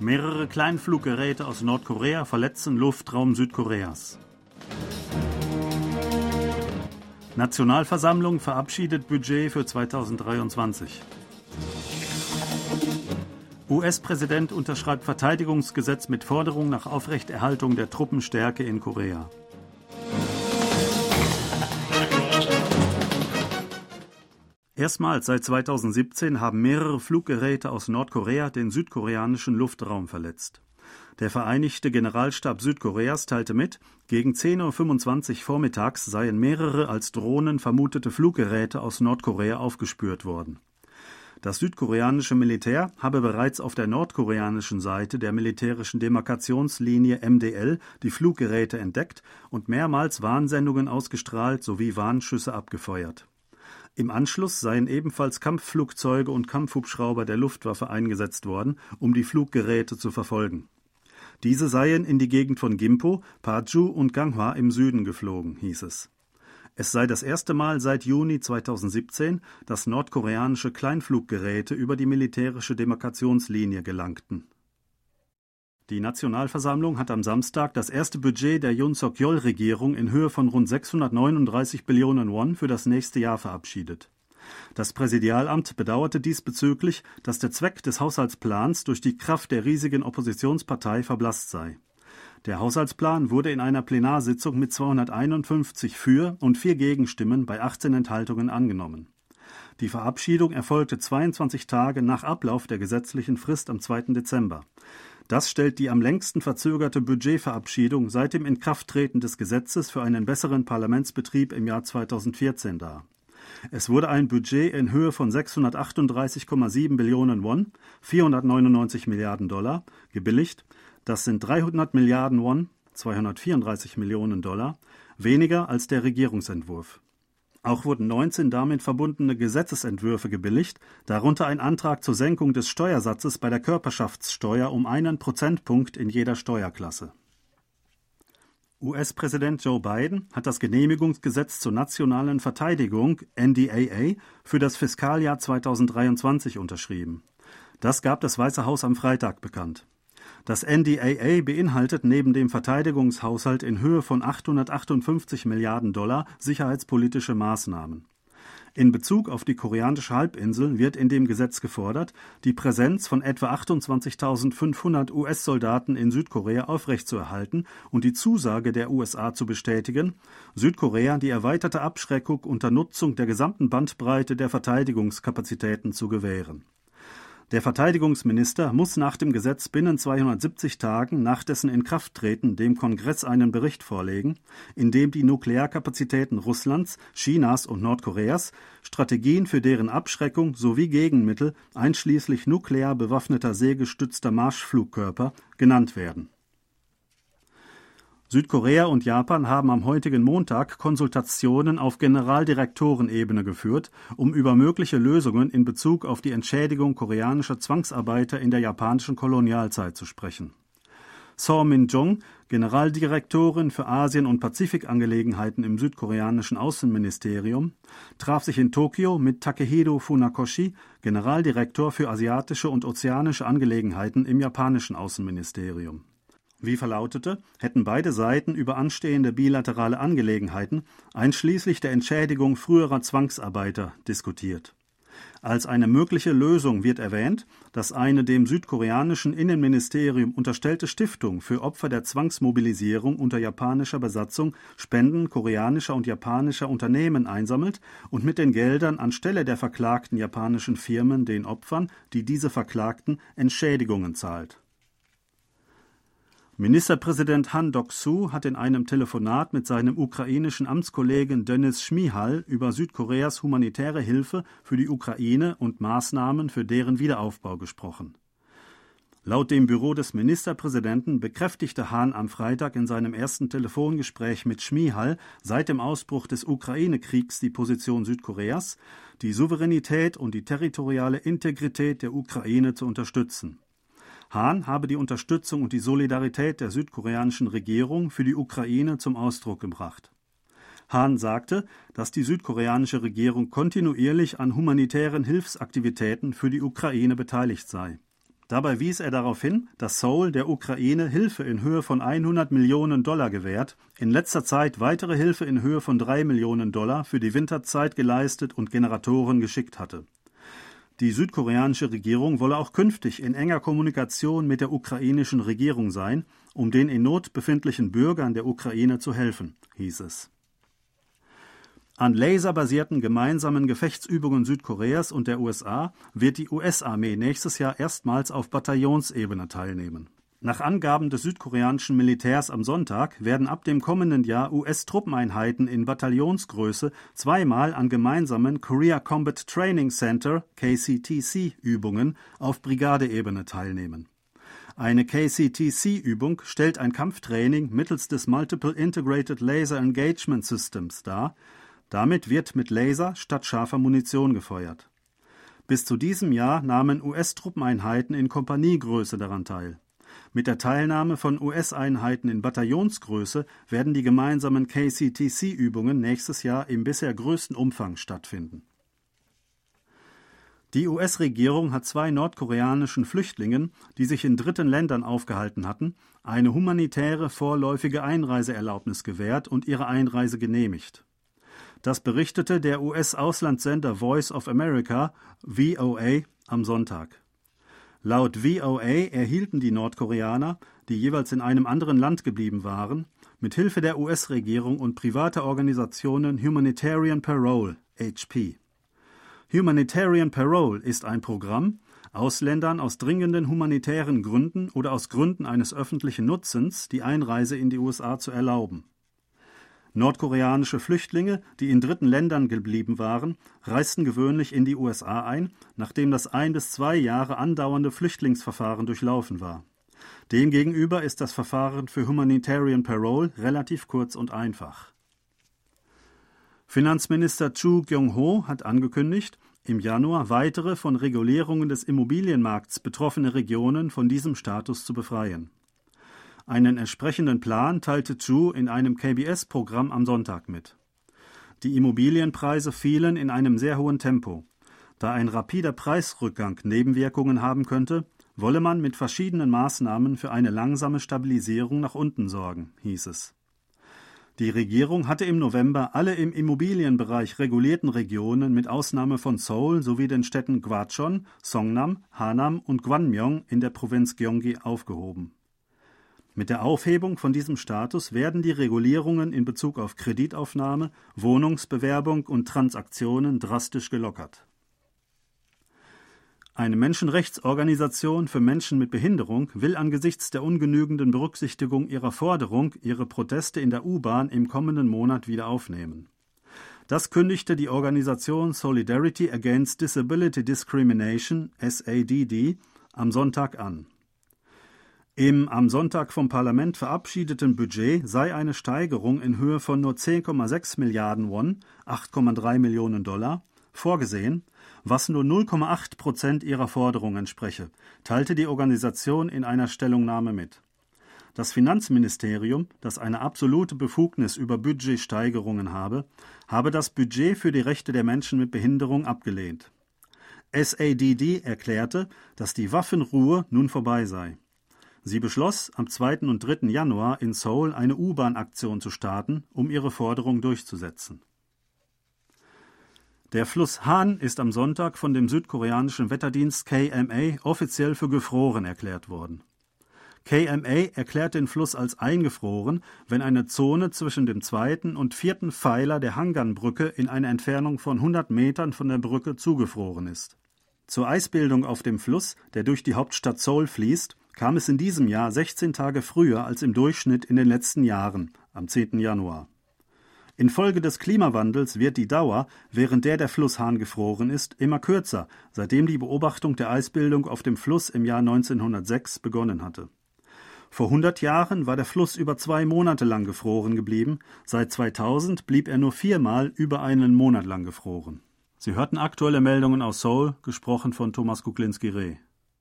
Mehrere Kleinfluggeräte aus Nordkorea verletzen Luftraum Südkoreas. Nationalversammlung verabschiedet Budget für 2023. US-Präsident unterschreibt Verteidigungsgesetz mit Forderung nach Aufrechterhaltung der Truppenstärke in Korea. Erstmals seit 2017 haben mehrere Fluggeräte aus Nordkorea den südkoreanischen Luftraum verletzt. Der Vereinigte Generalstab Südkoreas teilte mit, gegen 10:25 Uhr vormittags seien mehrere als Drohnen vermutete Fluggeräte aus Nordkorea aufgespürt worden. Das südkoreanische Militär habe bereits auf der nordkoreanischen Seite der militärischen Demarkationslinie MDL die Fluggeräte entdeckt und mehrmals Warnsendungen ausgestrahlt sowie Warnschüsse abgefeuert. Im Anschluss seien ebenfalls Kampfflugzeuge und Kampfhubschrauber der Luftwaffe eingesetzt worden, um die Fluggeräte zu verfolgen. Diese seien in die Gegend von Gimpo, Paju und Ganghwa im Süden geflogen, hieß es. Es sei das erste Mal seit Juni 2017, dass nordkoreanische Kleinfluggeräte über die militärische Demarkationslinie gelangten. Die Nationalversammlung hat am Samstag das erste Budget der Yoon Suk-yeol-Regierung in Höhe von rund 639 Billionen Won für das nächste Jahr verabschiedet. Das Präsidialamt bedauerte diesbezüglich, dass der Zweck des Haushaltsplans durch die Kraft der riesigen Oppositionspartei verblasst sei. Der Haushaltsplan wurde in einer Plenarsitzung mit 251 Für- und 4 Gegenstimmen bei 18 Enthaltungen angenommen. Die Verabschiedung erfolgte 22 Tage nach Ablauf der gesetzlichen Frist am 2. Dezember. Das stellt die am längsten verzögerte Budgetverabschiedung seit dem Inkrafttreten des Gesetzes für einen besseren Parlamentsbetrieb im Jahr 2014 dar. Es wurde ein Budget in Höhe von 638,7 Billionen Won, 499 Milliarden Dollar, gebilligt. Das sind 300 Milliarden Won, 234 Millionen Dollar, weniger als der Regierungsentwurf. Auch wurden 19 damit verbundene Gesetzesentwürfe gebilligt, darunter ein Antrag zur Senkung des Steuersatzes bei der Körperschaftssteuer um 1 Prozentpunkt in jeder Steuerklasse. US-Präsident Joe Biden hat das Genehmigungsgesetz zur nationalen Verteidigung NDAA für das Fiskaljahr 2023 unterschrieben. Das gab das Weiße Haus am Freitag bekannt. Das NDAA beinhaltet neben dem Verteidigungshaushalt in Höhe von 858 Milliarden Dollar sicherheitspolitische Maßnahmen. In Bezug auf die koreanische Halbinsel wird in dem Gesetz gefordert, die Präsenz von etwa 28.500 US-Soldaten in Südkorea aufrechtzuerhalten und die Zusage der USA zu bestätigen, Südkorea die erweiterte Abschreckung unter Nutzung der gesamten Bandbreite der Verteidigungskapazitäten zu gewähren. Der Verteidigungsminister muss nach dem Gesetz binnen 270 Tagen nach dessen Inkrafttreten dem Kongress einen Bericht vorlegen, in dem die Nuklearkapazitäten Russlands, Chinas und Nordkoreas, Strategien für deren Abschreckung sowie Gegenmittel, einschließlich nuklear bewaffneter seegestützter Marschflugkörper, genannt werden. Südkorea und Japan haben am heutigen Montag Konsultationen auf Generaldirektorenebene geführt, um über mögliche Lösungen in Bezug auf die Entschädigung koreanischer Zwangsarbeiter in der japanischen Kolonialzeit zu sprechen. Seo Min-jong, Generaldirektorin für Asien- und Pazifikangelegenheiten im südkoreanischen Außenministerium, traf sich in Tokio mit Takehiro Funakoshi, Generaldirektor für asiatische und ozeanische Angelegenheiten im japanischen Außenministerium. Wie verlautete, hätten beide Seiten über anstehende bilaterale Angelegenheiten, einschließlich der Entschädigung früherer Zwangsarbeiter, diskutiert. Als eine mögliche Lösung wird erwähnt, dass eine dem südkoreanischen Innenministerium unterstellte Stiftung für Opfer der Zwangsmobilisierung unter japanischer Besatzung Spenden koreanischer und japanischer Unternehmen einsammelt und mit den Geldern anstelle der verklagten japanischen Firmen den Opfern, die diese verklagten, Entschädigungen zahlt. Ministerpräsident Han Duck-soo hat in einem Telefonat mit seinem ukrainischen Amtskollegen Denis Shmyhal über Südkoreas humanitäre Hilfe für die Ukraine und Maßnahmen für deren Wiederaufbau gesprochen. Laut dem Büro des Ministerpräsidenten bekräftigte Han am Freitag in seinem ersten Telefongespräch mit Shmyhal seit dem Ausbruch des Ukraine-Kriegs die Position Südkoreas, die Souveränität und die territoriale Integrität der Ukraine zu unterstützen. Han habe die Unterstützung und die Solidarität der südkoreanischen Regierung für die Ukraine zum Ausdruck gebracht. Han sagte, dass die südkoreanische Regierung kontinuierlich an humanitären Hilfsaktivitäten für die Ukraine beteiligt sei. Dabei wies er darauf hin, dass Seoul der Ukraine Hilfe in Höhe von $100 Millionen gewährt, in letzter Zeit weitere Hilfe in Höhe von $3 Millionen für die Winterzeit geleistet und Generatoren geschickt hatte. Die südkoreanische Regierung wolle auch künftig in enger Kommunikation mit der ukrainischen Regierung sein, um den in Not befindlichen Bürgern der Ukraine zu helfen, hieß es. An laserbasierten gemeinsamen Gefechtsübungen Südkoreas und der USA wird die US-Armee nächstes Jahr erstmals auf Bataillonsebene teilnehmen. Nach Angaben des südkoreanischen Militärs am Sonntag werden ab dem kommenden Jahr US-Truppeneinheiten in Bataillonsgröße zweimal an gemeinsamen Korea Combat Training Center (KCTC)-Übungen auf Brigadeebene teilnehmen. Eine KCTC-Übung stellt ein Kampftraining mittels des Multiple Integrated Laser Engagement Systems dar. Damit wird mit Laser statt scharfer Munition gefeuert. Bis zu diesem Jahr nahmen US-Truppeneinheiten in Kompaniegröße daran teil. Mit der Teilnahme von US-Einheiten in Bataillonsgröße werden die gemeinsamen KCTC-Übungen nächstes Jahr im bisher größten Umfang stattfinden. Die US-Regierung hat 2 nordkoreanischen Flüchtlingen, die sich in dritten Ländern aufgehalten hatten, eine humanitäre vorläufige Einreiseerlaubnis gewährt und ihre Einreise genehmigt. Das berichtete der US-Auslandssender Voice of America, VOA, am Sonntag. Laut VOA erhielten die Nordkoreaner, die jeweils in einem anderen Land geblieben waren, mit Hilfe der US-Regierung und privater Organisationen Humanitarian Parole, HP. Humanitarian Parole ist ein Programm, Ausländern aus dringenden humanitären Gründen oder aus Gründen eines öffentlichen Nutzens die Einreise in die USA zu erlauben. Nordkoreanische Flüchtlinge, die in dritten Ländern geblieben waren, reisten gewöhnlich in die USA ein, nachdem das 1 bis 2 Jahre andauernde Flüchtlingsverfahren durchlaufen war. Demgegenüber ist das Verfahren für Humanitarian Parole relativ kurz und einfach. Finanzminister Chu Kyung-ho hat angekündigt, im Januar weitere von Regulierungen des Immobilienmarkts betroffene Regionen von diesem Status zu befreien. Einen entsprechenden Plan teilte Chu in einem KBS-Programm am Sonntag mit. Die Immobilienpreise fielen in einem sehr hohen Tempo. Da ein rapider Preisrückgang Nebenwirkungen haben könnte, wolle man mit verschiedenen Maßnahmen für eine langsame Stabilisierung nach unten sorgen, hieß es. Die Regierung hatte im November alle im Immobilienbereich regulierten Regionen mit Ausnahme von Seoul sowie den Städten Gwacheon, Songnam, Hanam und Gwanmyeong in der Provinz Gyeonggi aufgehoben. Mit der Aufhebung von diesem Status werden die Regulierungen in Bezug auf Kreditaufnahme, Wohnungsbewerbung und Transaktionen drastisch gelockert. Eine Menschenrechtsorganisation für Menschen mit Behinderung will angesichts der ungenügenden Berücksichtigung ihrer Forderung ihre Proteste in der U-Bahn im kommenden Monat wieder aufnehmen. Das kündigte die Organisation Solidarity Against Disability Discrimination, SADD, am Sonntag an. Im am Sonntag vom Parlament verabschiedeten Budget sei eine Steigerung in Höhe von nur 10,6 Milliarden Won, $8,3 Millionen, vorgesehen, was nur 0,8% ihrer Forderung entspreche, teilte die Organisation in einer Stellungnahme mit. Das Finanzministerium, das eine absolute Befugnis über Budgetsteigerungen habe das Budget für die Rechte der Menschen mit Behinderung abgelehnt. SADD erklärte, dass die Waffenruhe nun vorbei sei. Sie beschloss, am 2. und 3. Januar in Seoul eine U-Bahn-Aktion zu starten, um ihre Forderung durchzusetzen. Der Fluss Han ist am Sonntag von dem südkoreanischen Wetterdienst KMA offiziell für gefroren erklärt worden. KMA erklärt den Fluss als eingefroren, wenn eine Zone zwischen dem 2. und 4. Pfeiler der Hangan-Brücke in einer Entfernung von 100 Metern von der Brücke zugefroren ist. Zur Eisbildung auf dem Fluss, der durch die Hauptstadt Seoul fließt, kam es in diesem Jahr 16 Tage früher als im Durchschnitt in den letzten Jahren, am 10. Januar. Infolge des Klimawandels wird die Dauer, während der Fluss Han gefroren ist, immer kürzer, seitdem die Beobachtung der Eisbildung auf dem Fluss im Jahr 1906 begonnen hatte. Vor 100 Jahren war der Fluss über 2 Monate lang gefroren geblieben, seit 2000 blieb er nur 4-mal über einen Monat lang gefroren. Sie hörten aktuelle Meldungen aus Seoul, gesprochen von Thomas Kuklinski-Reh.